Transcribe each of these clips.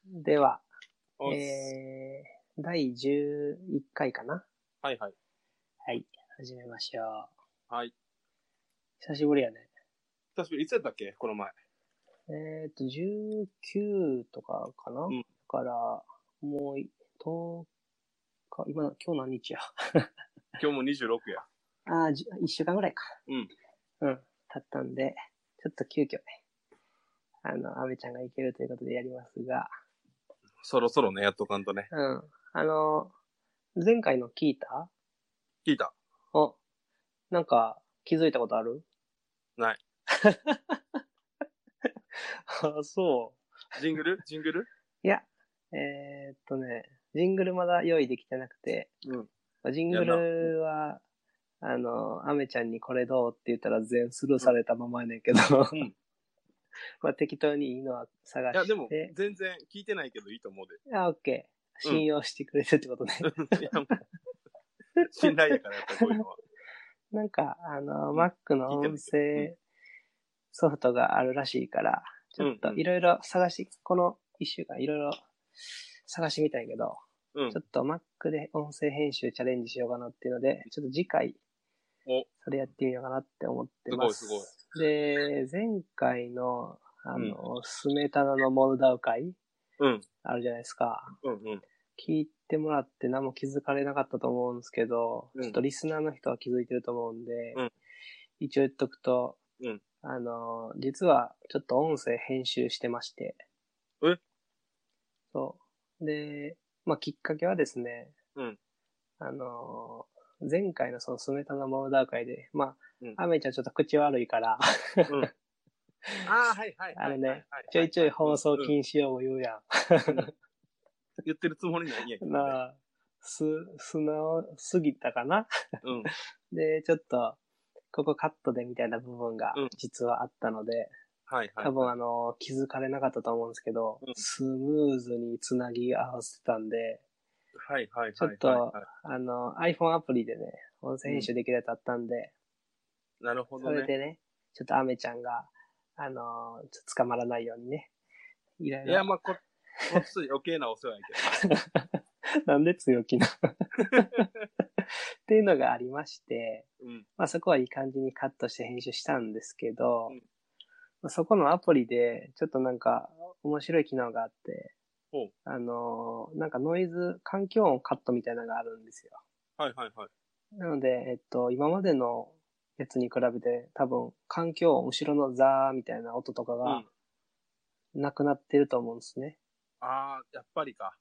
では、 おっす第11回かな。 はいはい。 はい、始めましょう。 はい。 久しぶりやね。 久しぶり、いつやったっけこの前。 19とかかな、 うん。 だから、もう10日、今日何日や今日も26や。 1週間ぐらいか。 うん。 経ったんで、ちょっと急遽ね、アメちゃんが行けるということでやりますが、 そろそろね、やっとかんとね。 前回の聞いた？ 聞いた？ なんか気づいたことある？ ない。 そう。 ジングルいや、ジングルまだ用意できてなくて、ジングルは、アメちゃんにこれどうって言ったら全スルーされたままやねんけど、まあ適当にいいのは探して。 いや、でも、全然聞いてないけどいいと思うで。 オッケー。信用してくれるってことね。 いや、もう信頼やから、やっぱりこういうのは。 なんか、Mac の音声ソフトがあるらしいから、ちょっといろいろこの1週間いろいろ探してみたんやけど、ちょっと Mac で音声編集チャレンジしようかなっていうので、ちょっと次回、それやってみようかなって思ってます。 すごい。 で、前回の、スメタナのモルダウ会、あるじゃないですか。聞いてもらって何も気づかれなかったと思うんですけど、ちょっとリスナーの人は気づいてると思うんで、一応言っとくと、実はちょっと音声編集してまして。そう。で、まあ、きっかけはですね、前回のそのスメタナモルダー会で、まあ、アメちゃんちょっと口悪いから、ちょいちょい放送禁止用語言うやん。 言ってるつもりないんやけど、ね。 素直すぎたかな。で、ちょっと、ここカットでみたいな部分が実はあったので、多分気づかれなかったと思うんですけど、スムーズにつなぎ合わせてたんで、ちょっと、iPhone アプリでね、音声編集できるやつあったんで、 なるほどね。 それでね、ちょっとアメちゃんが、ちょっと捕まらないようにね、いろいろ。 いや、まあ、こっち余計なお世話やけど。 なんで強気なっていうのがありまして、まあそこはいい感じにカットして編集したんですけど、まあ、そこのアプリでちょっとなんか面白い機能があって、なんかノイズ、環境音カットみたいなのがあるんですよ。なので、今までのやつに比べて多分環境音、後ろのザーみたいな音とかがなくなってると思うんですね。 ああ、やっぱりか。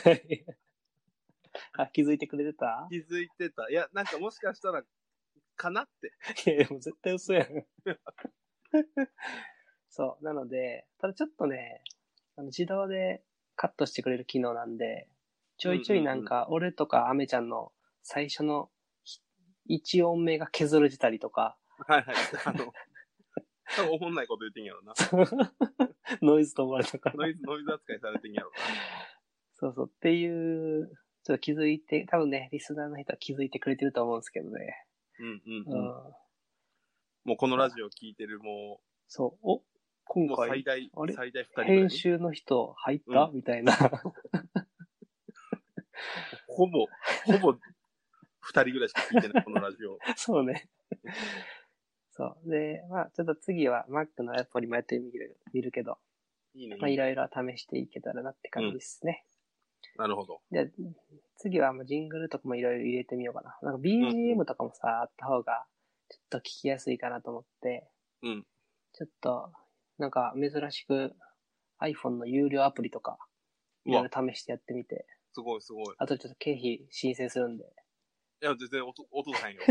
気づいてくれてた？ 気づいてた。いや、なんかもしかしたら、かなって。 いや、もう絶対嘘やん。そう。なので、ただちょっとね、自動でカットしてくれる機能なんで、ちょいちょいなんか、俺とかアメちゃんの最初の1音目が削れてたりとか。 多分おもんないこと言ってんやろな。 ノイズと思われたから。 ノイズ扱いされてんやろな。 そう。っていう、ちょっと気づいて、多分ね、リスナーの人は気づいてくれてると思うんですけどね。 もうこのラジオ聞いてるもう。 そう。今回、 最大2人ぐらい。 編集の人入った、みたいな。 ほぼ2人ぐらいしか聞いてない、このラジオ。 そうね。そう。で、まあちょっと次は Mac のアプリもやってみるけど、まあいろいろ試していけたらなって感じですね。 なるほど。 で、次はジングルとかもいろいろ入れてみようかな。なんか BGM とかもさ、あった方がちょっと聞きやすいかなと思って、ちょっとなんか珍しく iPhone の有料アプリとかいろいろ試してやってみて。 すごい。 あとちょっと経費申請するんで。 いや、全然音出へんよ。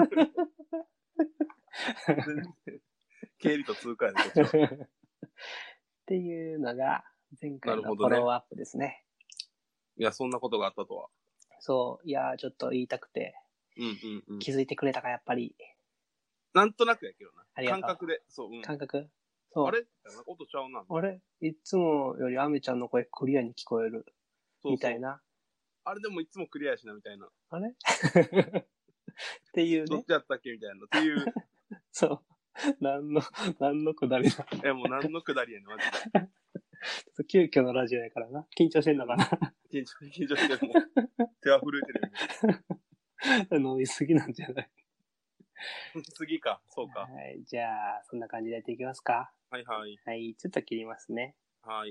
経理と通貨やで、こっちは。 っていうのが前回のフォローアップですね。 いや、そんなことがあったとは。 そう。いや、ちょっと言いたくて。気づいてくれたか、やっぱり。 なんとなくやけどな。 感覚で。 感覚？そう。 あれ音ちゃうな。 あれいつもよりアメちゃんの声クリアに聞こえる。みたいな。 あれでもいつもクリアやしな、みたいな。 あれっていうね。 どっちやったっけみたいな。っていう。 そう。何のくだりだ。 もう何のくだりやねん、マジで。 急遽のラジオやからな。緊張してんのかな。 緊張してるもん。手は震えてるよ。 飲みすぎなんじゃない？ 次か、そうか。 はい、じゃあ、そんな感じでやっていきますか。 はいはい。 はい、ちょっと切りますね。 はい。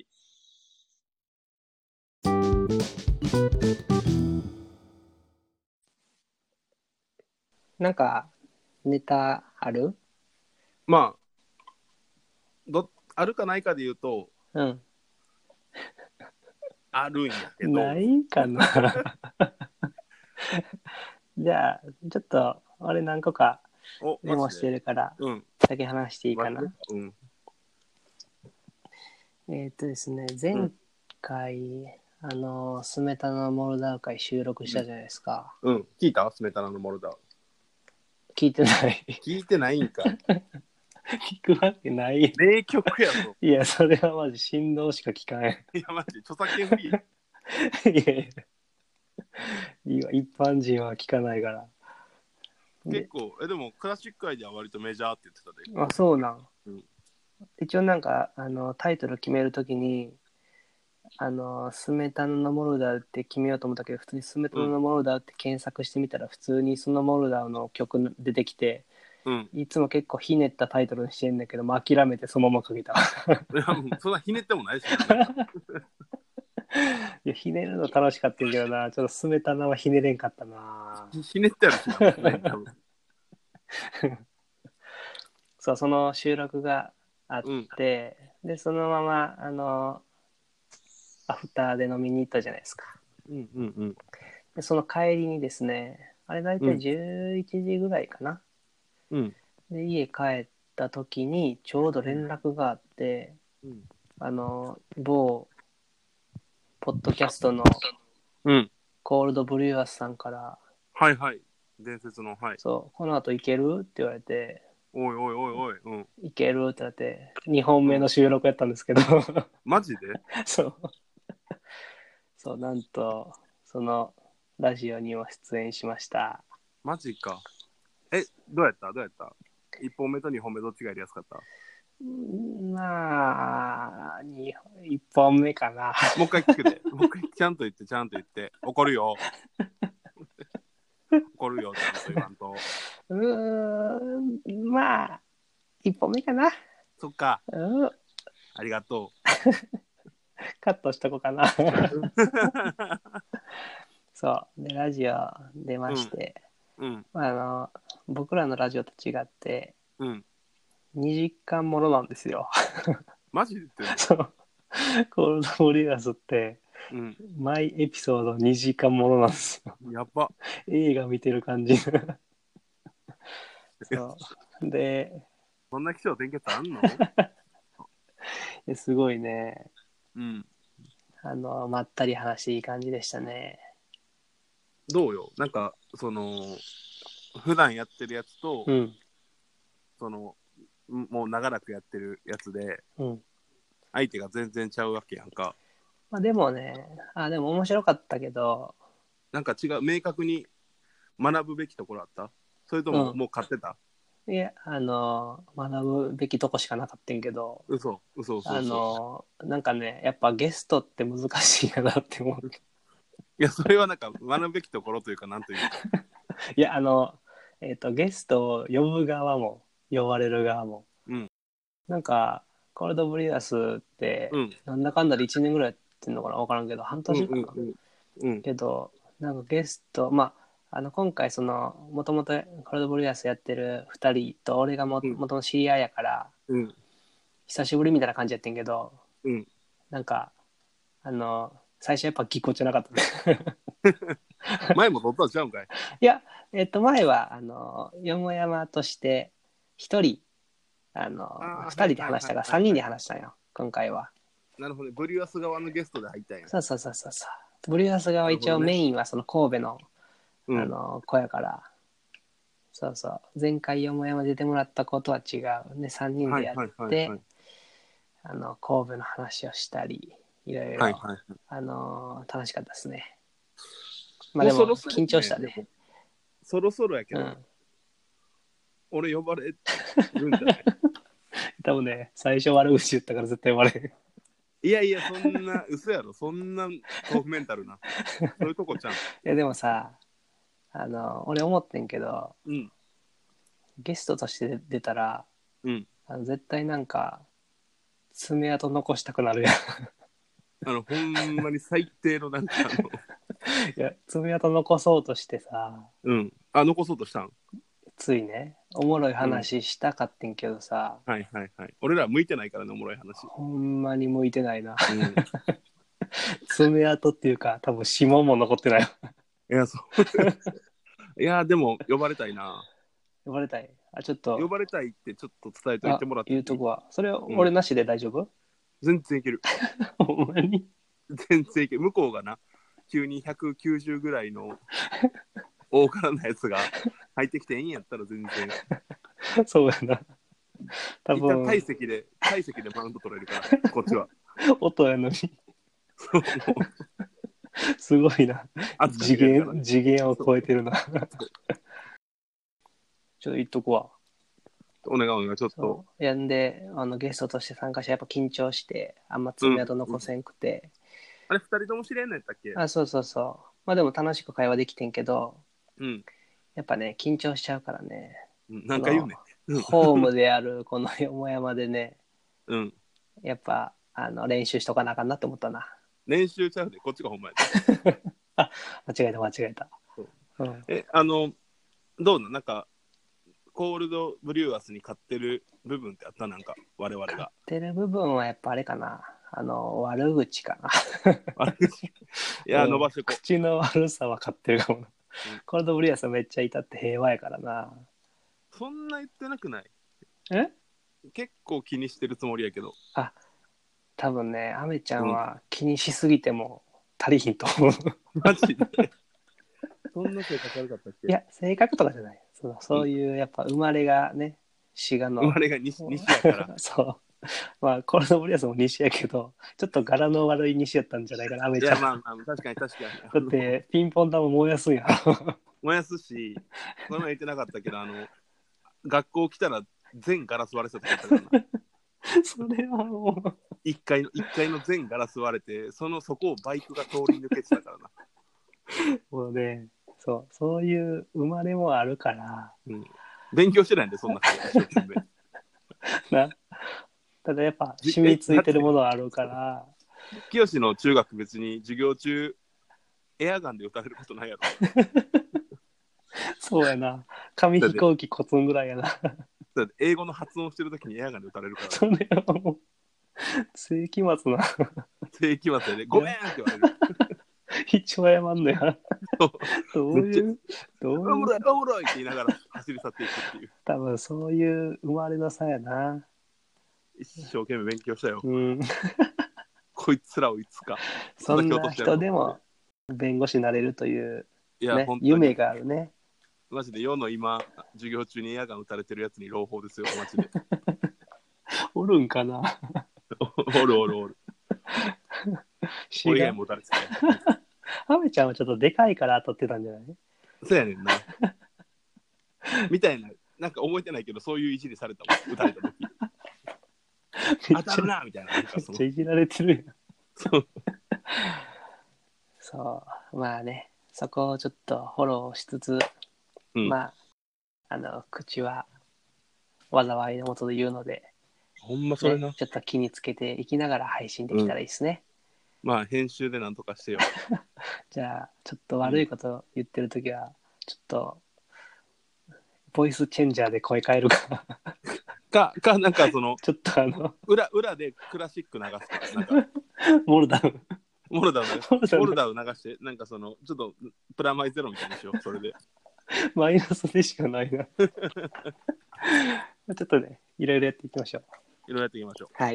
なんか、ネタある？ まあ、あるかないかで言うと、 うん。 あるんやけど。 ないかな。じゃあ、ちょっと、俺何個かメモしてるから、だけ話していいかな。 うん。 ですね、前回、スメタナのモルダウ会収録したじゃないですか。 うん。聞いた？スメタナのモルダウ。 聞いてない。 聞いてないんか。 聞くわけない。 名曲やぞ。 いや、それはマジ振動しか聞かん。 いや、マジ、著作権フリー。 いや、一般人は聞かないから。 結構、でもクラシック界では割とメジャーって言ってたで。 あ、そうなん。 うん、 一応なんか、タイトル決めるときに、スメタナのモルダウって決めようと思ったけど、普通にスメタナのモルダウって検索してみたら、普通にそのモルダウの曲出てきて、いつも結構ひねったタイトルにしてんだけど、諦めてそのままかけた。 いや、もうそんなひねってもないし、ね。 いや、ひねるの楽しかったんけどな、ちょっとスメタナはひねれんかったな。 ひねってあるしな、 そう、その収録があって、で、そのまま、アフターで飲みに行ったじゃないですか。で、その帰りにですね、あれ大体11時ぐらいかな。で、家帰った時にちょうど連絡があって、某ポッドキャストのコールドブリュアスさんから、 はいはい、伝説の、はい。 そう、この後行けるって言われて、 おいおいおいおい、 行けるってなって、2本目の収録やったんですけど、 マジで？ そう、なんと、そのラジオにも出演しました。 マジか。どうやった ?1 本目と2本目どっちがやりやすかった？ まあ、1本目かな。 もう一回聞くで。もう一回ちゃんと言って。怒るよ。怒るよ、ちゃんと言わんと。 まあ、1本目かな。 そっか。ありがとう。カットしとこうかな。そう。で、ラジオ出まして、僕らのラジオと違って、2時間ものなんですよ。 マジで言ってんの？ そう。コールドボリュアスって、毎エピソード2時間ものなんですよ。 やば。 映画見てる感じ。そう。で、 そんな気象転結あんの？ すごいね。まったり話していい感じでしたね。 どうよ？なんか、普段やってるやつと、もう長らくやってるやつで、相手が全然ちゃうわけやんか。 まあでもね、でも面白かったけど、 なんか違う、明確に学ぶべきところあった？それとももう買ってた？ いや、学ぶべきとこしかなかったんけど、 嘘。 なんかね、やっぱゲストって難しいやなって思う。 いや、それはなんか学ぶべきところというか、なんというか。 いや、ゲストを呼ぶ側も、呼ばれる側も。なんか、コールドブリュアスって、なんだかんだで1年ぐらいやってんのかな、分からんけど、半年かな。けど、なんかゲスト、今回もともとコールドブリュアスやってる2人と俺がもともと知り合いやから、久しぶりみたいな感じやってんけど、なんか最初やっぱぎこちなかったね。 前も撮ったんちゃうんかい？ いや、前はよもやまとして1人2人で話したから3人で話したんよ、今回は。 なるほどね。ブリュアス側のゲストで入ったんや。 そう。ブリュアス側一応メインはその神戸の子やから、前回よもやま出てもらった子とは違うね、3人でやって、神戸の話をしたり、いろいろ楽しかったですね。まあでも緊張したね。 そろそろやけど、俺呼ばれるんじゃない？ 多分ね、最初悪口言ったから絶対呼ばれへん。 いやいや、そんな、嘘やろ。そんな豆腐メンタルな。そういうとこちゃん。いや、でもさ、俺思ってんけど、 うん。 ゲストとして出たら、 うん。 絶対なんか、爪痕残したくなるやん。 ほんまに最低のなんかいや、爪痕残そうとしてさ、 うん。あ、残そうとしたん？ ついね、おもろいうん。 話したかってんけどさ、 はいはいはい。俺ら向いてないからね、おもろい話。 ほんまに向いてないな。 うん。 爪痕っていうか、多分指紋も残ってない。 いや、そう。いや、でも、呼ばれたいな。 呼ばれたい。ちょっと、 呼ばれたいってちょっと伝えといてもらっていい？ 言うとこは。それ、 うん。 俺なしで大丈夫？ 全然いける。 ほんまに？ 全然いける。向こうがな、急に190ぐらいの大柄なやつが入ってきていいんやったら全然。 そうやな。多一旦分、 体積でマウント取れるから、こっちは。 音やのに。 そうすごいな。 扱いがやるから次元を超えてるな。ちょっと言っとくわ。 お願い、ちょっと。 やんで、ゲストとして参加してやっぱ緊張して、あんま爪痕残せんくて。 あれ、二人とも知り合いのやったっけ？ そうそうそう。まあでも楽しく会話できてんけど、 うん。 やっぱね、緊張しちゃうからね。 何回言うねん。 ホームであるこのよもやまでね、 うん。 やっぱ練習しとかなあかんなって思ったな。 練習ちゃうで、こっちがほんまやで。 あ、間違えた。うん、 どうなん？なんか、コールドブリューアスに勝ってる部分ってあった？なんか、我々が。 勝ってる部分はやっぱあれかな。悪口かな。 悪口。いや、伸ばしてこう。 口の悪さは勝ってるかもな。コールドブリューアスめっちゃいたって平和やからな。 そんな言ってなくない？ え？ 結構気にしてるつもりやけど。 多分ね、アメちゃんは気にしすぎても足りひんと思う。 マジでそんな性格悪かったっけ？ いや、性格とかじゃない。そういうやっぱ生まれがね、滋賀の。 生まれが西やから。 そう。まあ、コールドブリューアスも西やけど、ちょっと柄の悪い西やったんじゃないかな、アメちゃん。 いや、まあまあ、確かに。 だって、ピンポン玉燃やすんやろ。 燃やすし、この前言ってなかったけど、学校来たら全ガラス割れてたからな。 それはもう。 1階の全ガラス割れて、そこをバイクが通り抜けてたからな。 もうね、そういう生まれもあるから。 うん、勉強してないんで、そんな一生懸命。 な。ただやっぱ染みついてるものはあるから。 清の中学別に授業中、エアガンで撃たれることないやろ。 そうやな。紙飛行機コツンぐらいやな。 だって英語の発音してるときにエアガンで撃たれるから。 それはもう、世紀末な。 世紀末で、ごめんって言われる。 一応謝んのや。どういうおもろいおもろいって言いながら走り去っていくっていう。 多分そういう生まれの差やな。 一生懸命勉強したよ。 うん。 こいつらをいつか。 そんな人でも弁護士になれるという、 いや、本当に夢があるね。 マジで世の今、授業中にエアガン撃たれてるやつに朗報ですよ、マジで。 おるんかな。 おる。俺以外も撃たれてたよ。 ハメちゃんはちょっとでかいから当たってたんじゃない？ そうやねんな。みたいな、なんか覚えてないけど、そういういじりされたもん、撃たれた時。当たるなみたいな。めっちゃいじられてるやん。 そう。 そう。まあね、そこをちょっとフォローしつつ、まあ、口は災いのもとで言うので、 ほんまそれな、 ちょっと気につけていきながら配信できたらいいですね。 まあ、編集でなんとかしてよ。 じゃあ、ちょっと悪いこと言ってるときは、ちょっと、ボイスチェンジャーで声変えるか。 なんかちょっと裏でクラシック流すとか、なんか、 モルダウモルダウ流して、なんかちょっとプラマイゼロみたいにしよう、それで。 マイナスでしかないな。ちょっとね、いろいろやっていきましょう。 いろいろやっていきましょう。 はい。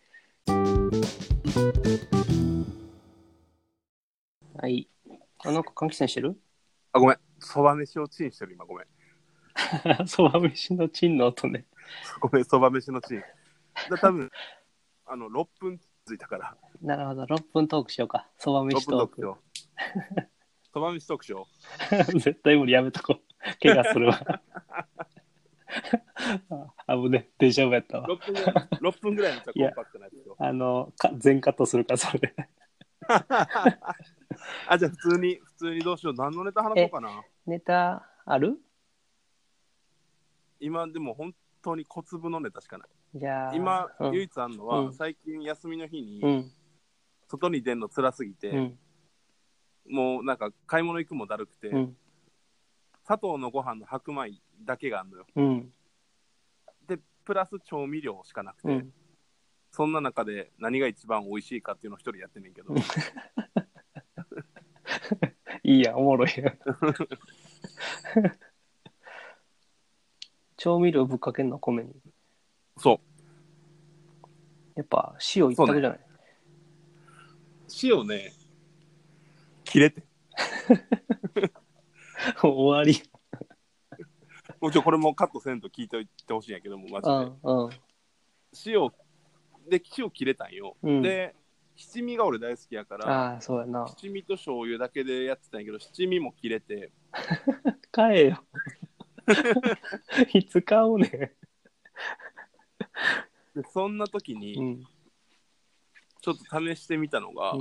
はい。なんか換気扇してる？ ごめん。そば飯をチンしてる、今、ごめん。 そば飯のチンの音ね。 ごめん、そば飯のチン。多分、6分ついたから。 なるほど、6分トークしようか。そば飯トーク。 そば飯トークしよう。絶対無理、やめとこう。怪我するわ。 危ね、デジャブやったわ。 6分ぐらい、6分ぐらいのコンパクトなやつよ。 全カットするか、それ。 あ、じゃあ普通にどうしよう。何のネタ話そうかな。 ネタある？ 今でも本当に小粒のネタしかない。 じゃあ今、唯一あるのは、最近休みの日に、外に出るの辛すぎて、もうなんか買い物行くもだるくて、砂糖のご飯の白米だけがあるのよ。で、プラス調味料しかなくて、そんな中で何が一番美味しいかっていうのを一人やってんねんけど。 いいや、おもろいや。調味料ぶっかけんの、米に。 そう。 やっぱ塩一択じゃない？ 塩ね、切れて。 終わり。 もちろんこれもカットせんと聞いておいてほしいんやけども、マジで。塩切れたんよ。で、七味が俺大好きやから、 そうやな。 七味と醤油だけでやってたんやけど、七味も切れて。 買えよ。いつ買うねん。でそんな時に、ちょっと試してみたのが、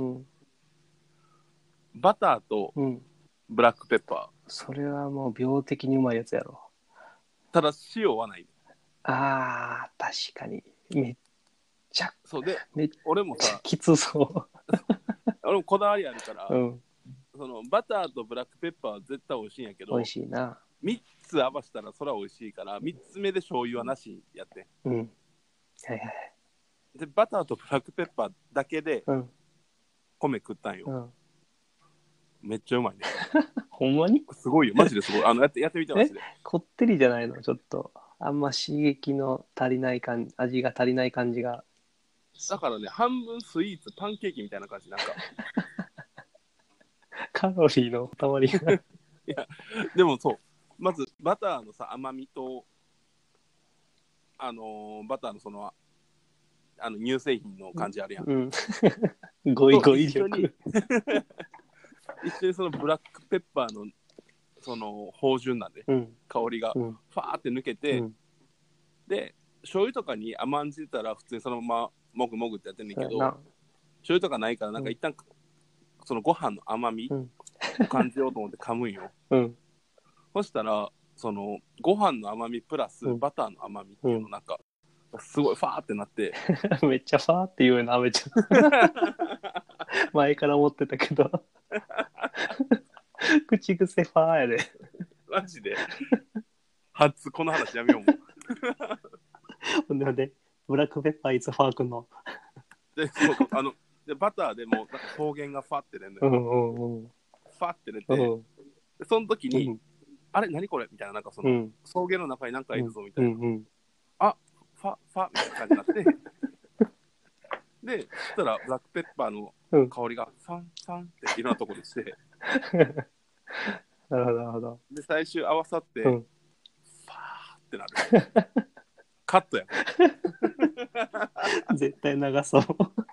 バターとブラックペッパー。 それはもう病的にうまいやつやろ。 ただ塩はない。 確かに。めっちゃ。 そうで、俺もさ、 きつそう。 俺もこだわりあるから、そのバターとブラックペッパーは絶対美味しいんやけど、 美味しいな。 3つ合わせたらそれは美味しいから、3つ目で醤油はなしやって。 はいはい。 で、バターとブラックペッパーだけで米食ったんよ。めっちゃうまいね。 ほんまに？ すごいよ、マジですごい。やってみてマジで。 こってりじゃないの？ちょっとあんま刺激の足りない感じ、味が足りない感じが。 だからね、半分スイーツ、パンケーキみたいな感じ、なんか。 カロリーの塊が。 いや、でもそう、まずバターのさ、甘みと、バターのその、乳製品の感じあるやん。 ゴイゴイ力。 一緒にそのブラックペッパーのその芳醇なんで、香りがファーって抜けて、で醤油とかに甘んじてたら普通にそのままもぐもぐってやってんねんけど、醤油とかないからなんか一旦そのご飯の甘みを感じようと思って噛むんよ。そしたらそのご飯の甘みプラスバターの甘みっていうのなんかすごいファーってなって、 めっちゃファーって言うよな、めっちゃ。前から思ってたけど。口癖ファーやで。 マジでこの話やめようもん。ほんで、ブラックペッパーいつファーくんの？ で、でバターでもなんか草原がファーって出るのよ。ファーって出て、その時に、あれ何これみたいな、なんかその、草原の中になんかいるぞみたいな。あ、ファみたいな感じになって、で、そしたらブラックペッパーの香りがファンっていろんなところでして、 なるほど、なるほど。 で、最終合わさって、ファーってなる。カットやん。 絶対長そう。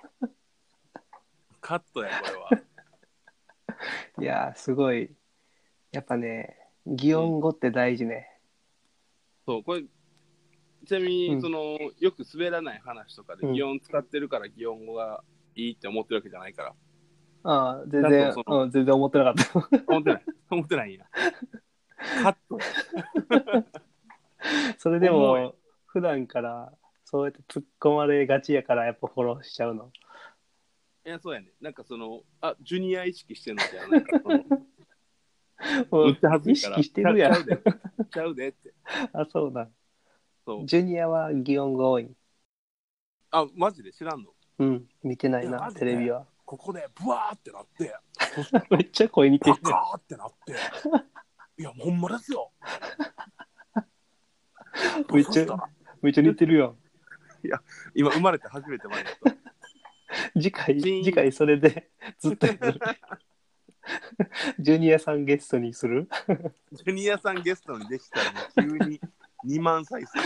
カットや、これは。 いやー、すごい。やっぱね、擬音語って大事ね。 そう、これ、ちなみに、その、よく滑らない話とかで擬音使ってるから擬音語がいいって思ってるわけじゃないから。 全然、全然思ってなかった。 思ってないんや。カットや。 それでも、普段からそうやって突っ込まれがちやからやっぱフォローしちゃうの？ いや、そうやね。なんかその、ジュニア意識してるのじゃないか。 もう意識してるやん。 ちゃうでって。 そうだ。ジュニアは擬音が多い。 マジで知らんの？ 見てないな、テレビは。 ここでブワーってなって、 めっちゃ声似てる。 バカーってなって、いや、ほんまですよ。 めっちゃ似てるやん。 いや、今生まれて初めて前だった。 次回それでずっとやる。ジュニアさんゲストにする？ ジュニアさんゲストにできたら急に2万再生。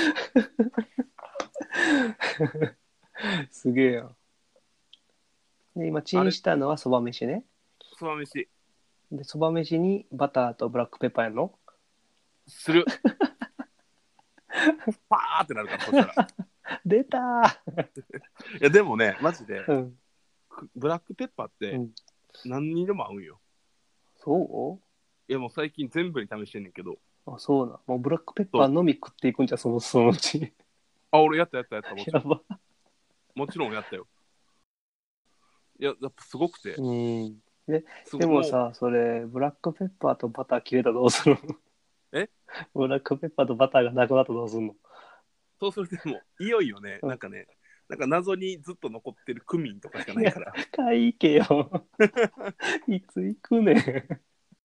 すげえよ。で今チンしたのはそば飯ね。 そば飯。 でそば飯にバターとブラックペッパーやんの？ する。 パーってなるから、そしたら。 出たー。 いや、でもね、マジで、 うん。 ブラックペッパーって何にでも合うんよ。 そいや、もう最近全部に試してんねんけど。 う？あ、そうな。もうブラックペッパーのみ食っていくんじゃ、そのうち。 あ、俺やった、もちろやん。 ば。 もちろんやったよ。いや、やっぱすごくて。 うん。でもさ、それ、ブラックペッパーとバター切れたらどうするの？ えブラックペッパーとバターがなくなったらどうするの？ そうするともう、いよいよね、 うんなんか謎にずっと残ってるクミンとかしかないから。 買い行けよ。いつ行くねん。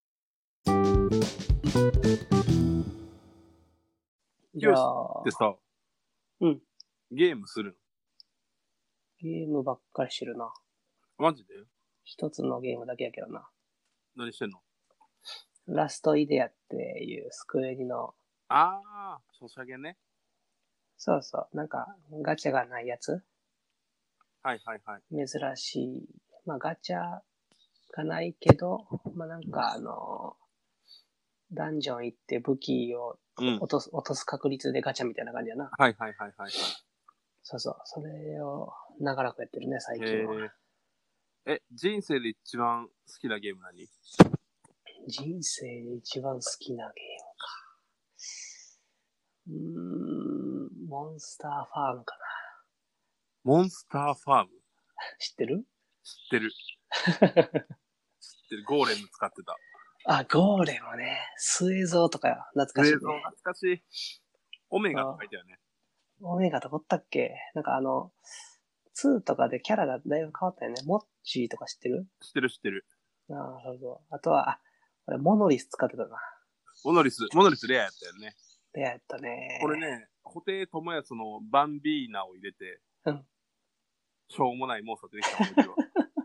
じゃあ、 ってさ、 うん。 ゲームするの？ ゲームばっかりしてるな。 マジで？ 一つのゲームだけやけどな。 何してんの？ ラストイデアっていうスクエニの、 あー、ソシャゲね。 そうそう、なんかガチャがないやつ。 はいはいはい。 珍しい。まあガチャがないけど、まあなんかダンジョン行って武器を落とす確率でガチャみたいな感じやな。 はいはいはいはい。 そうそう、それを長らくやってるね、最近は。 人生で一番好きなゲーム何？ 人生で一番好きなゲームか。モンスターファームかな。 モンスターファーム？ 知ってる？ 知ってる。知ってる。ゴーレム使ってた。 あ、ゴーレムね。末蔵とか懐かしいね。 懐かしい。オメガとかいたよね。 オメガとかおったっけ？なんか2とかでキャラがだいぶ変わったよね。モッチーとか知ってる？ 知ってる。 ああ、そうそう。あとは、俺モノリス使ってたな。 モノリスレアやったよね。 レアやったね。 これね、布袋寅泰のバンビーナを入れて、 うん。 しょうもないモンスター出てきた思い出は。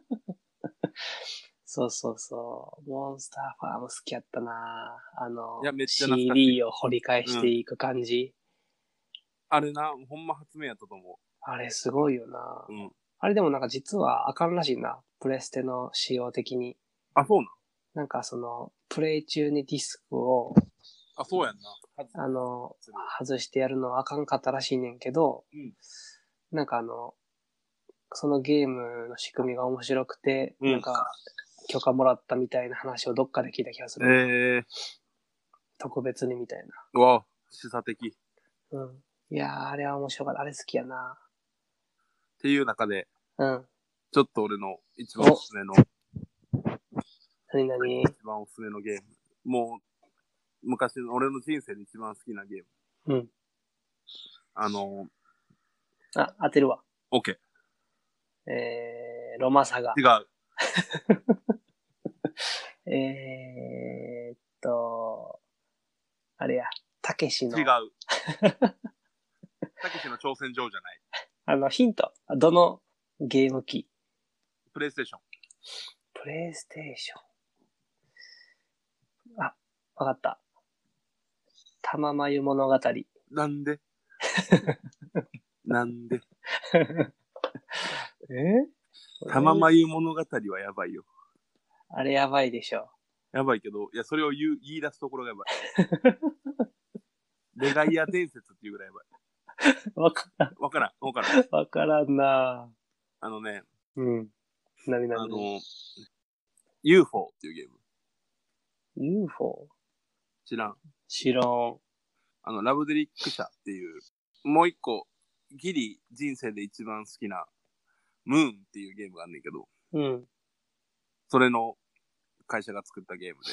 そうそうそう。モンスターファーム好きやったな。 いやめっちゃ懐かしい CD を掘り返していく感じ。 あれな、ほんま発明やったと思あれすごいよな。 う。うん。 あれでもなんか実はあかんらしいな。プレステの仕様的に。 あ、そうなん？ なんかプレイ中にディスクを、 あ、そうやんな。 外してやるのはあかんかったらしいねんけど、 うん、 なんかそのゲームの仕組みが面白くて、なんか許可もらったみたいな話をどっかで聞いた気がする。特別にみたいな。 うわ、示唆的。 うん。いやー、あれは面白かった。あれ好きやな。 っていう中で、 うん。 ちょっと俺の一番おすすめの、 何々？ 一番おすすめのゲーム。もう、昔の俺の人生で一番好きなゲーム。 うん。 あ、 当てるわ。 OK。 ロマサガ。 違う。 あれや、たけしの。 違う。たけしの挑戦状じゃない。ヒント。どのゲーム機？ プレイステーション。 プレイステーション。あ、わかった。玉眉物語。 なんでなんで玉眉物語はやばいよ。 あれやばいでしょ。 やばいけど、いや、それを言い出すところがやばい。レガイア伝説っていうぐらいやばい。わからん。 わからんな。 うん。 何 UFO っていうゲーム。 UFO？ 知らん。 ラブデリック社っていう、もう一個、ギリ人生で一番好きな、ムーンっていうゲームがあんねんけど、 うん。 それの会社が作ったゲーム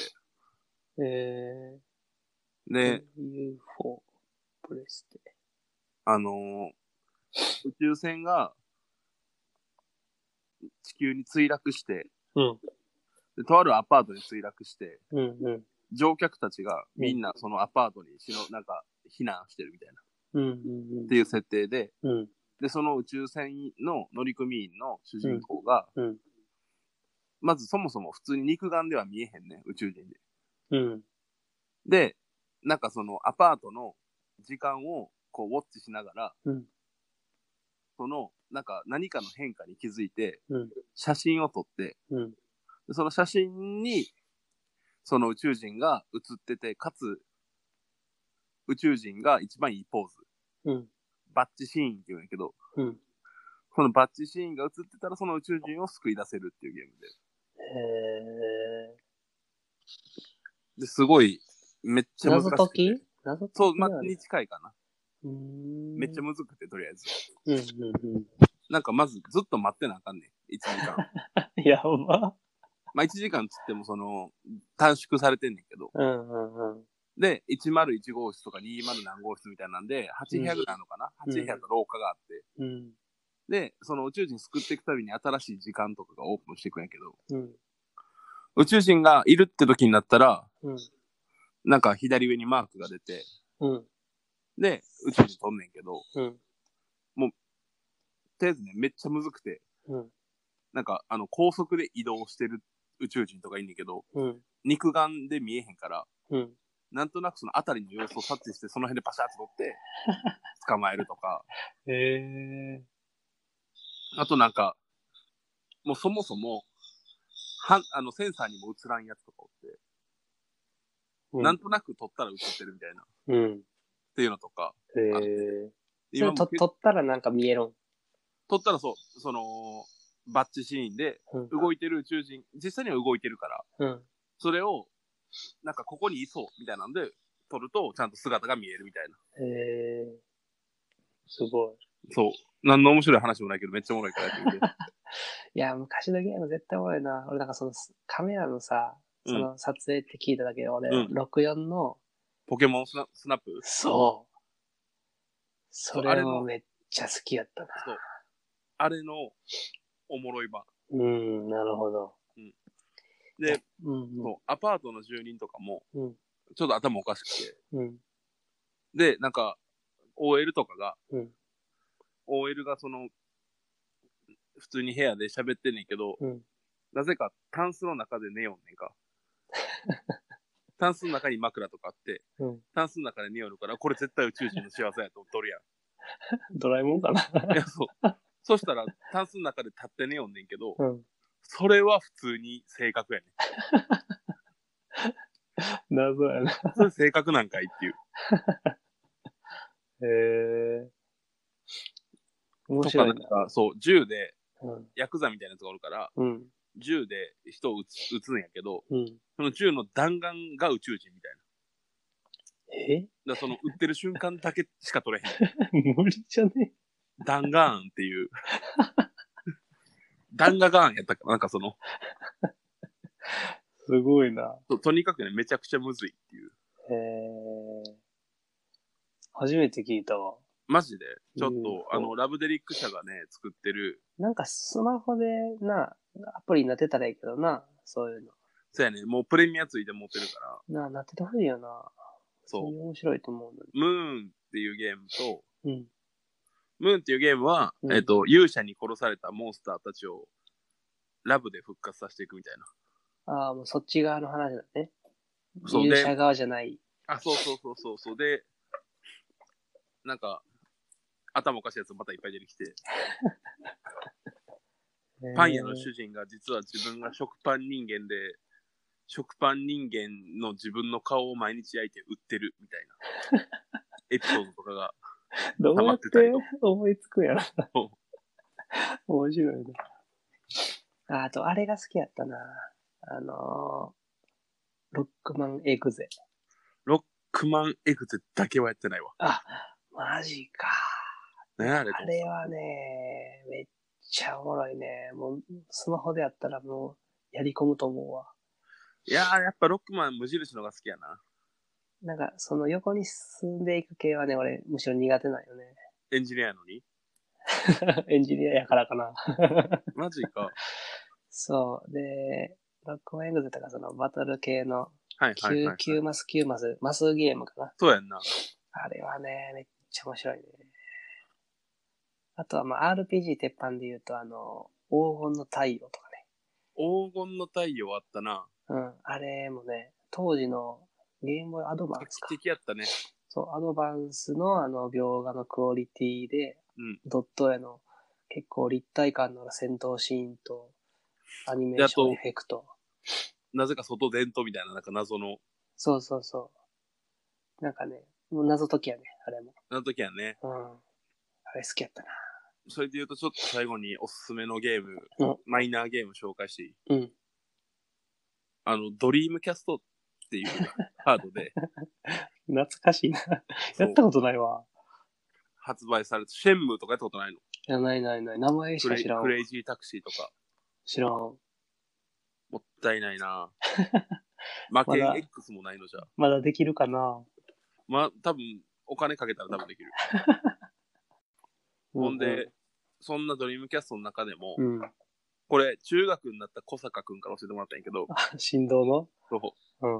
で、で、 UFO、プレステ。 宇宙船が地球に墜落して、 うん。 でとあるアパートに墜落して、 うんうん、 乗客たちがみんなそのアパートになんか避難してるみたいな、 うんうんうん、 っていう設定で、 うん、 で、その宇宙船の乗組員の主人公が、 うんうん、 まずそもそも普通に肉眼では見えへんね、宇宙人で。 うん。 で、なんかそのアパートの時間をこうウォッチしながら、 うん、 そのなんか何かの変化に気づいて、 うん、 写真を撮って、 うん、 でその写真にその宇宙人が写ってて、かつ宇宙人が一番いいポーズバッチシーンって言うんやけど、 うん。 そのバッチシーンが映ってたらその宇宙人を救い出せるっていうゲームで。ですごい、めっちゃ難しくて。 謎解きそう、に近いかな。めっちゃ難くて、とりあえず。なんかまずずっと待ってなあかんねん。1時間。 やば。 まあ1時間つっても短縮されてんねんけど。で、101号室とか20何号室みたいなんで、8部屋ぐらいあるのかな、8部屋と廊下があって。で、その宇宙人救っていくたびに新しい時間とかがオープンしていくんやけど、宇宙人がいるって時になったら、なんか左上にマークが出て、で、宇宙人飛んねんけど、もう、とりあえずね、めっちゃむずくて、なんか、高速で移動してる宇宙人とかいんねんけど、肉眼で見えへんから、なんとなくその辺りの様子を察知して、その辺でパシャーって撮って、捕まえるとか。あとなんか、もうそもそも、センサーにも映らんやつとかおって、なんとなく撮ったら映ってるみたいな。っていうのとか。 今も撮ったらなんか見えるん？ 撮ったらそう、バッチシーンで、動いてる宇宙人、実際には動いてるから、それを、なんかここにいそうみたいなんで、撮るとちゃんと姿が見えるみたいな。 すごい。 そう。何の面白い話もないけど、めっちゃおもろいからやってみて。 いや、昔のゲーム絶対おもろいな。俺なんかそのカメラのさ、その撮影って聞いただけで俺、64の、 ポケモンスナップ？ そう。それもめっちゃ好きやったな。そう。 あれのおもろい版。 なるほど。 で、そうアパートの住人とかも、ちょっと頭おかしくて。で、なんか、OL とかが、OL が普通に部屋で喋ってんねんけど、なぜかタンスの中で寝よんねんか。タンスの中に枕とかあって、タンスの中で寝よるから、これ絶対宇宙人の幸せやと取るやん。 ドラえもんかな。 いや、そう。そしたら、タンスの中で立って寝よんねんけど、それは普通に正確やねん。謎やな。 それ正確なんかいっていう。 面白いな。 とかなんか、そう、銃で、ヤクザみたいなやつがおるから、銃で人を撃つんやけど、その銃の弾丸が宇宙人みたいな。だその撃ってる瞬間だけしか取れへん。無理じゃね？ 弾丸っていう。弾がガーンやったかなんかすごいな。 とにかくね、めちゃくちゃむずいっていう。 初めて聞いたわ。 マジでちょっと、ラブデリック社がね、作ってる。 なんかスマホでな、アプリになってたらいいけどな、そういうの。 そうやね、もうプレミアついて持ってるから。なっててほしいよな。そう。面白いと思うのに。 ムーンっていうゲームと、ムーンっていうゲームは、勇者に殺されたモンスターたちをラブで復活させていくみたいな。ああ、もうそっち側の話だね。勇者側じゃない。 そう。で、なんか、頭おかしいやつまたいっぱい出てきて、パン屋の主人が実は自分が食パン人間で、食パン人間の自分の顔を毎日焼いて売ってるみたいなエピソードとかがどうやって思いつくやろ面白いな。あと、あれが好きやったな。ロックマンエグゼ。 ロックマンエグゼだけはやってないわ。 あ、マジか。 ね、あれはね、めっちゃおもろいね。もう、スマホでやったらもう、やり込むと思うわ。 いやー、やっぱロックマン無印のが好きやな。 なんか、その横に進んでいく系はね、俺、むしろ苦手なんよね。 エンジニアやのにエンジニアやからかな。 マジか。 そう。で、ロックマンエグゼとかそのバトル系の9マス9マス、マスゲームかな。 そうやんな。 あれはね、めっちゃ面白いね。あとはまあ RPG 鉄板で言うと黄金の太陽とかね。 黄金の太陽あったな。 あれもね、当時のゲームボーイアドバンスか。 画期的やったね。 そう、アドバンスの描画のクオリティで、ドット絵の結構立体感のある戦闘シーンと、アニメーションエフェクト。 なぜか外伝統みたいな、なんか謎の。 そう。なんかね、もう謎解きやね、 あれも。 あの時はね。 うん。あれ好きやったな。 それで言うとちょっと最後におすすめのゲーム、マイナーゲーム紹介していい？ うん。 ドリームキャストっていうハードで。 懐かしいな。やったことないわ。 発売されて、シェンムーとかやったことないの？いや、ない。名前しか知らん。 クレイジータクシーとか。 知らん。 もったいないな。負け X もないのじゃ。 まだできるかな。 多分、お金かけたら多分できる。ほんで、そんなドリームキャストの中でも、これ、中学になった小坂くんから教えてもらったんやけど、 振動の？ そう。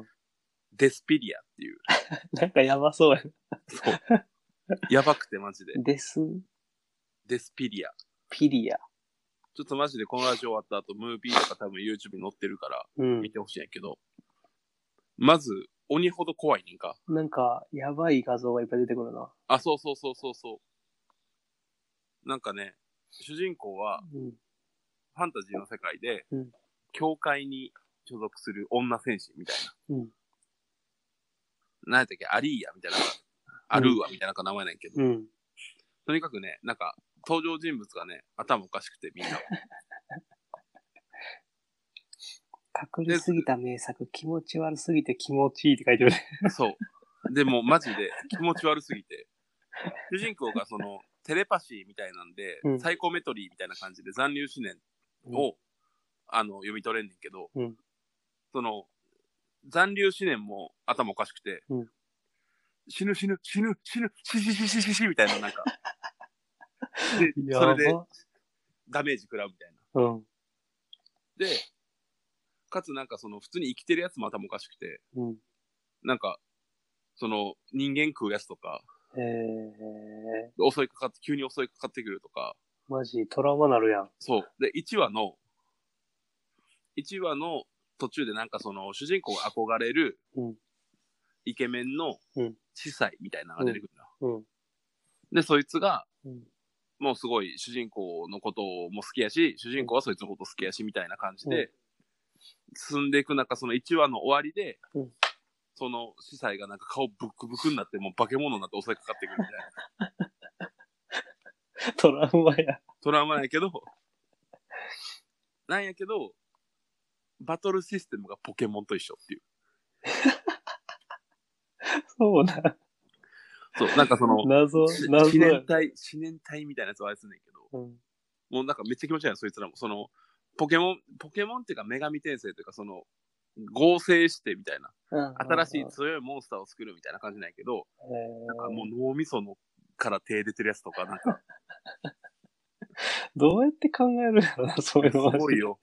デスピリアっていう。 なんかやばそうやな。 そう。やばくてマジで。デスピリア。 ピリア。 ちょっとマジでこのラジオ終わった後、ムービーとか多分 YouTube に載ってるから、見てほしいんやけど、まず、鬼ほど怖いねんか。 なんか、やばい画像がいっぱい出てくるな。 あ、そう。なんかね、主人公は、ファンタジーの世界で、教会に所属する女戦士みたいな。何やったっけ、アリーヤみたいな、アルーアみたいな名前なんやけど、とにかくね、なんか、登場人物がね、頭おかしくてみんな。 隠れすぎた名作、気持ち悪すぎて気持ちいいって書いてるね。 そう。でもマジで気持ち悪すぎて、主人公がそのテレパシーみたいなんで、サイコメトリーみたいな感じで残留思念を、読み取れんねんけど、その残留思念も頭おかしくて、死ぬみたいななんか。で、それでダメージ食らうみたいな。で、かつなんかその普通に生きてるやつも頭おかしくて、なんか、その人間食うやつとか、急に襲いかかってくるとか。 マジトラウマなるやん。 そう。で、1話の途中でなんかその主人公が憧れるイケメンの司祭みたいなのが出てくるんだ。で、そいつが、もうすごい主人公のことも好きやし、主人公はそいつのこと好きやしみたいな感じで、進んでいく中、その1話の終わりで、その司祭がなんか顔ブックブクになって、もう化け物になって襲いかかってくるみたいな。トラウマや。 トラウマやけど、バトルシステムがポケモンと一緒っていう。 そうな。 そう、なんかその、 謎四年体みたいなやつはあれすんねんけど、もうなんかめっちゃ気持ち悪いそいつらも。その、ポケモンっていうか女神転生というか、その、合成してみたいな、新しい強いモンスターを作るみたいな感じなんやけど、なんかもう脳みそのから手出てるやつとか、なんか。 どうやって考えるんやろな、そういうのは。 すごいよ。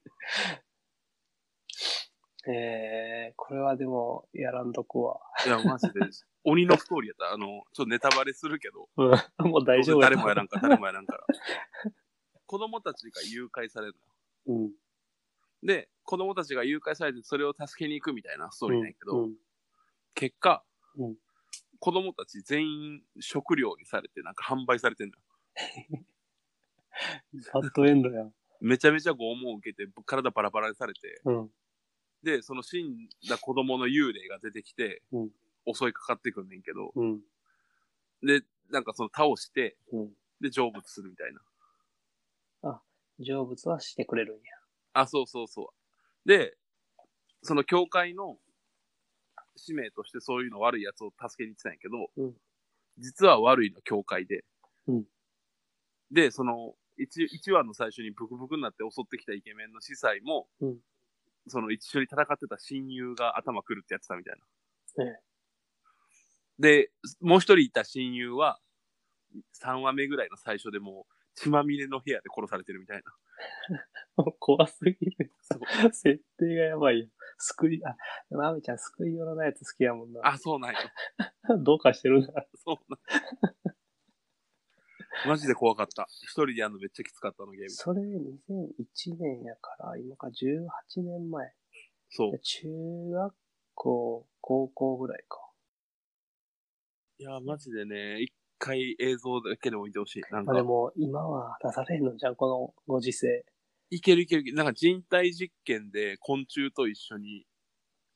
これはでも、やらんとこは。 いや、マジで。鬼のストーリーやったら、ちょっとネタバレするけど。 もう大丈夫誰もやらんから。子供たちが誘拐されるの。で、子供たちが誘拐されて、それを助けに行くみたいなストーリーなんやけど、結果、子供たち全員食料にされて、なんか販売されてんのよ。 バッドエンドやん。 めちゃめちゃ拷問を受けて、体バラバラにされて、で、その死んだ子供の幽霊が出てきて、襲いかかってくんねんけど、で、なんかその倒して、で、成仏するみたいな。 あ、成仏はしてくれるんや。 あ、そう。で、その教会の使命としてそういうの悪いやつを助けに行ってたんやけど、実は悪いの教会で、で、その1話の最初にブクブクになって襲ってきたイケメンの司祭も、その一緒に戦ってた親友が頭くるってやってたみたいな。で、もう一人いた親友は、3話目ぐらいの最初でもう血まみれの部屋で殺されてるみたいな。 怖すぎる。設定がやばいよ。まみちゃん救いようのやつ好きやもんな。 あ、そうなんよ。 どうかしてるな。 そうなんマジで怖かった。一人でやるのめっちゃきつかったのゲーム。 それ2001年やから、今から18年前。 そう。 中学校、高校ぐらいか。 いや、マジでね、一回映像だけでも見てほしい。なんか。 でも、今は出されんのじゃん、このご時世。 いける。なんか人体実験で昆虫と一緒に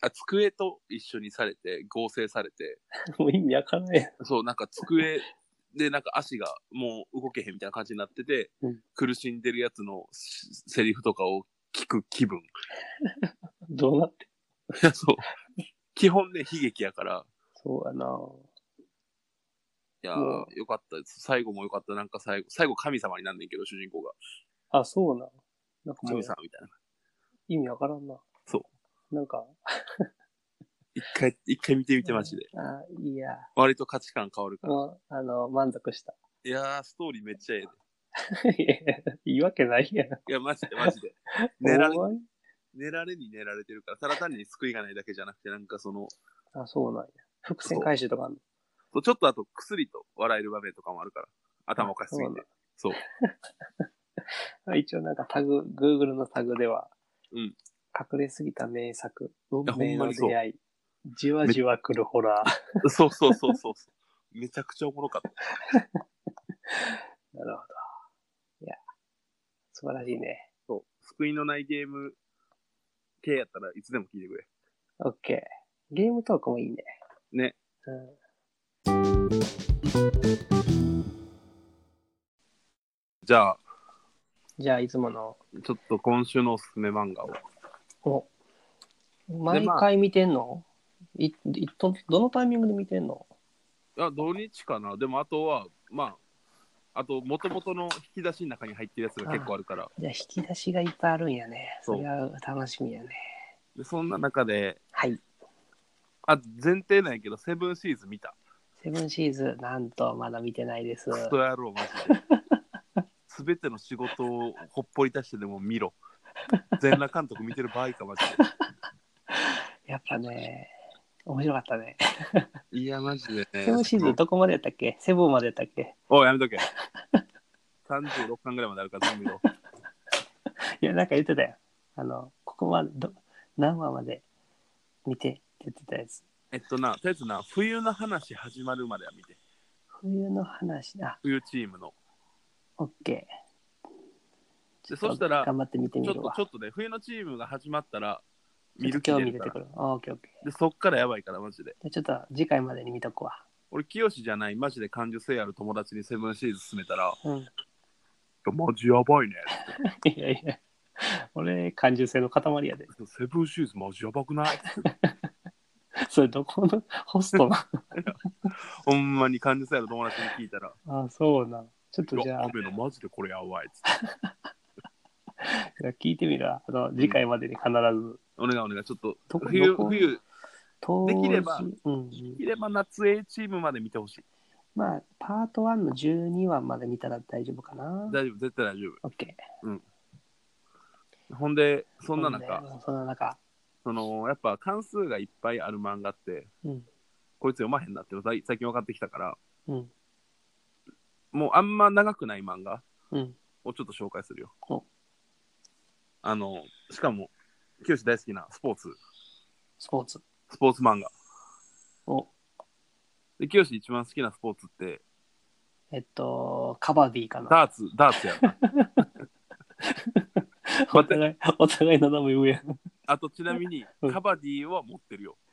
机と一緒にされて、合成されて。 もう意味わからない。 そう、なんか机でなんか足がもう動けへんみたいな感じになってて、苦しんでるやつのセリフとかを聞く気分。 どうなっていや、そう。基本ね、悲劇やから。 そうやな。 いやー、よかったです。最後もよかった。なんか最後神様になんねんけど、主人公が。 あ、そうな。なんか神様みたいな。 意味わからんな。 そう。 なんか。 一回見てみて、マジで。 あ、いや。 割と価値観変わるから。 もう、満足した。 いやー、ストーリーめっちゃええで。いいわけないやん。いや、マジで。寝られてるから、ただ単に救いがないだけじゃなくて、なんかその。 あ、そうなんや。伏線回収とかあるの？ そう、ちょっとあと薬と笑える場面とかもあるから。頭おかしすぎて。そう。 一応なんかGoogle のタグでは、隠れすぎた名作、運命の出会い、じわじわ来るホラー。そう。めちゃくちゃおもろかった。 なるほど。いや、素晴らしいね。 そう。救いのないゲーム系やったらいつでも聞いてくれ。 OK。ゲームトークもいいね。 ね。じゃあいつものちょっと今週のおすすめ漫画を。 毎回見てんの？どのタイミングで見てんの？ いや、土日かな。でもあとはあと元々の引き出しの中に入ってるやつが結構あるから。 じゃあ引き出しがいっぱいあるんやね。それは楽しみやね。 でそんな中で、 はい。 前提なんやけど、セブンシーズ見た。 セブンシーズ、なんとまだ見てないです。 クソ野郎、マジで。すべての仕事をほっぽり出してでも見ろ。全裸監督見てる場合か、マジで。 やっぱね、面白かったね。 いや、マジでね。 セブンシーズどこまでやったっけ？セブンまでやったっけ？ おい、やめとけ。36巻ぐらいまであるから全部見ろ。 いや、なんか言ってたよ。ここまで何話まで見てって言ってたやつ。 とりあえずな、冬の話始まるまでは見て。 冬の話だ。 冬チームの。 オッケー。で、そしたら、 頑張って見てみるわ。 ちょっとね、冬のチームが始まったら、見る気出てくる。オッケー。 で、そっからやばいから、マジで。 ちょっと次回までに見とくわ。 俺、清じゃない、マジで感受性ある友達にセブンシーズ進めたら、マジやばいねって。 いや。俺、感受性の塊やで。 セブンシーズマジやばくない？ それどこのホストなほんまに感受性ある友達に聞いたら。 あ、そうな。ちょっとじゃあ。 雨のマジでこれやばいっつって。 聞いてみるわ。次回までに必ず。 お願い。ちょっと、冬、できれば夏 A チームまで見てほしい。 まあ、パート1の12話まで見たら大丈夫かな。 大丈夫、絶対大丈夫。 OK。 ほんで、そんな中、やっぱ関数がいっぱいある漫画って、こいつ読まへんなって最近分かってきたから、もうあんま長くない漫画をちょっと紹介するよ。しかも、清大好きなスポーツ漫画。で、清一番好きなスポーツって、 カバディかな。 ダーツやな。 お互いの名前上や。 あとちなみに、カバディは持ってるよ。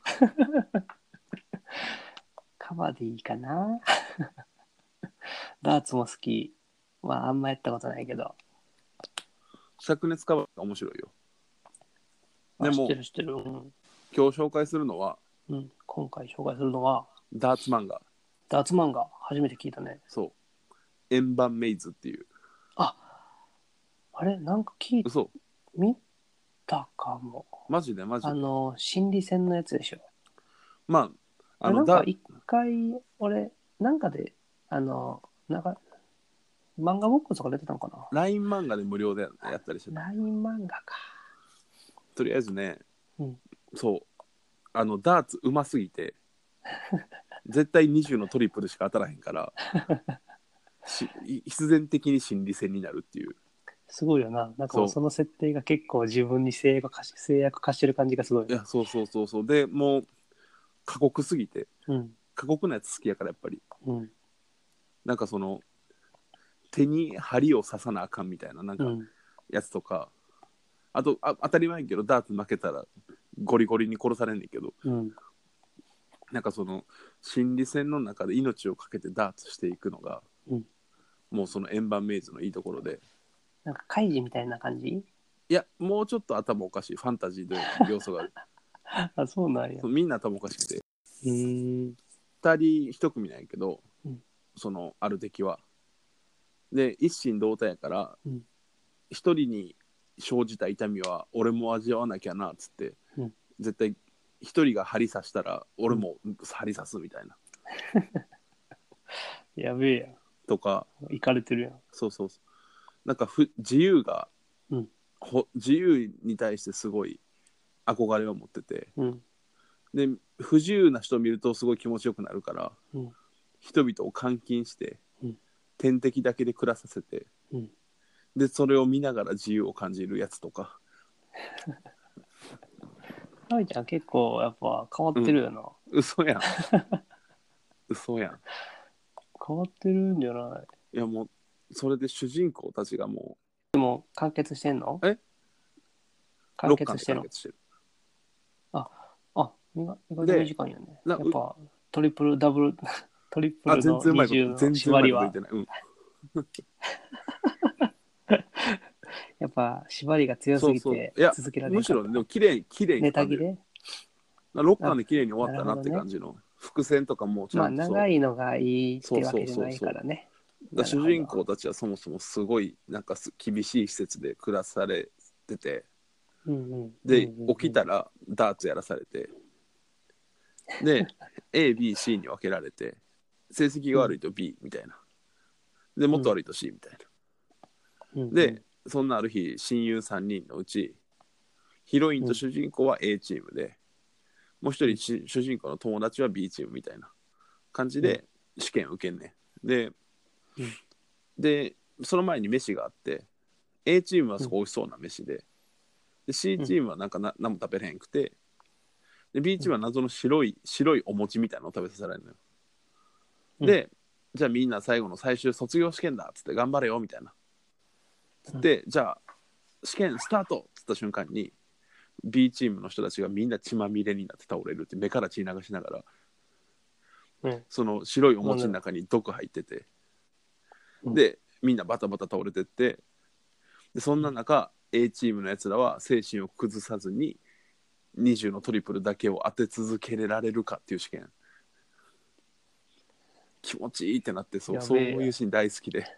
カバディかな。ダーツも好き。まあ、あんまやったことないけど。 灼熱カバディが面白いよ。でも、 知ってる。 今日紹介するのは、 今回紹介するのは、 ダーツ漫画。 初めて聞いたね。 そう。円盤メイズっていう。 あれなんか聞いた。見たかも。 マジで。 心理戦のやつでしょ。 まあ、 なんか一回、俺、なんかで、なんか、漫画ボックスとか出てたのかな。 LINE 漫画で無料でやったりしてた。 LINE 漫画か。 とりあえずね、そう。ダーツうますぎて、絶対20のトリプルしか当たらへんから、必然的に心理戦になるっていう。 すごいよな。なんかその設定が結構自分に制約化してる感じがすごい。 いや、そう。で、もう、過酷すぎて、過酷なやつ好きやから、やっぱり。なんか手に針を刺さなあかんみたいな、なんか、やつとか、あと当たり前やけど、ダーツ負けたら、 ゴリゴリに殺されんねんけど、 うん、 なんかその心理戦の中で命をかけてダーツしていくのが、 うん、 もうその円盤メイズのいいところで、 なんかカイジみたいな感じ？いやもうちょっと頭おかしいファンタジーの要素があるあ、そうなんや。 みんな頭おかしくて 2 人一組なんやけど、 うん、 そのある敵はで一心同体やから一、人に生じた痛みは俺も味わわなきゃなっつって、 うん、 絶対一人が針刺したら俺も針刺すみたいな、 やべえや。 とかいかれてるやん。 そうそうそうなんか自由が、 うん、 自由に対してすごい憧れを持ってて、 うん、 で不自由な人を見るとすごい気持ちよくなるから、 うん、 人々を監禁して、 うん、 天敵だけで暮らさせて、 うん。 でそれを見ながら自由を感じるやつとか。 あみちゃん結構やっぱ変わってるよな。 嘘やん嘘やん。 変わってるんじゃない？ いやもうそれで主人公たちがもでも完結してんの？ う完結してるの？ 完結してる。 意外と短いよね。やっぱトリプルダブルトリプルの全然うまいこと 20の縛りは全然うまいこと言ってない、 やっぱ縛りが強すぎていや続けられなむしかった。 ろでも綺麗にネタ切れ？ 6巻で綺麗に終わったなって感じの、伏線とかもちゃんと長いのがいいってわけじゃないからね。 主人公たちはそもそもすごいなんか厳しい施設で暮らされてて、で起きたらダーツやらされて、で ABC に分けられて、成績が悪いと B みたいな、でもっと悪いと C みたいな、でそんなある日親友3人のうちヒロインと主人公は A チームで、もう一人主人公の友達は B チームみたいな感じで試験を受けんねん。でその前に飯があって、 A チームはすごい美味しそうな飯で、C チームはなんか何も食べれへんくて、で B チームは謎の白いお餅みたいなのを食べさせられるのよ。でじゃあみんな最後の最終卒業試験だっつって頑張れよみたいなつって、じゃあ試験スタートっつった瞬間に B チームの人たちがみんな血まみれになって倒れるって、目から血流しながら、その白いお餅の中に毒入ってて、でみんなバタバタ倒れてって、でそんな中 A チームのやつらは精神を崩さずに20のトリプルだけを当て続けられるかっていう試験。気持ちいいってなって、そういうシーン大好きで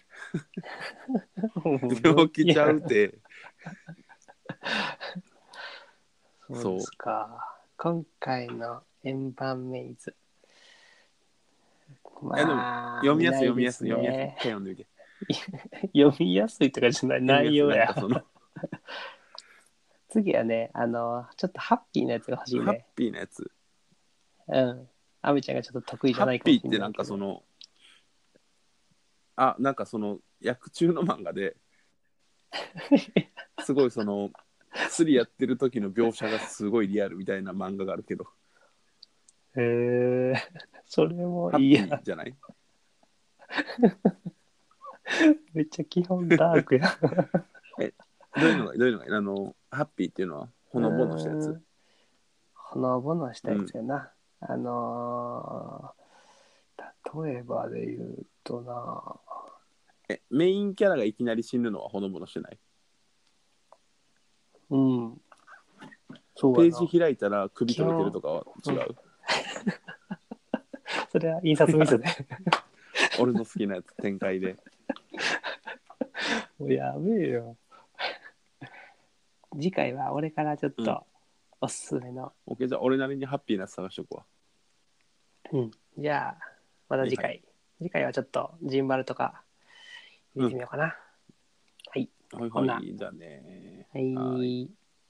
病気ちゃうてそうですか。今回の円盤メイズ、まあ読みやすい一回読んでみて。 読みやすいとかじゃない内容や。次はね、ちょっとハッピーなやつが欲しいね。 ハッピーなやつ。 アミちゃんがちょっと得意じゃないかもしれないけど。ハッピーってなんかそのなんかその役中の漫画ですごいその釣りやってる時の描写がすごいリアルみたいな漫画があるけど。 へえ、それもいいや。 ハッピーじゃない？ めっちゃ基本ダークや。 どういうのがいいハッピーっていうのはほのぼのしたやつ？ ほのぼのしたやつやな。例えばで言うとな、 メインキャラがいきなり死ぬのはほのぼのしてない？ そうページ開いたら首取れてるとかは違う？ それは印刷ミスで。 俺の好きなやつ展開で。 もうやべえよ。次回は俺からちょっとおすすめの。 じゃあ俺なりにハッピーなやつ探しとくわ。 じゃあまた次回。次回はちょっとジンバルとか入れてみようかな。はい。 はい、じゃあね。 はい。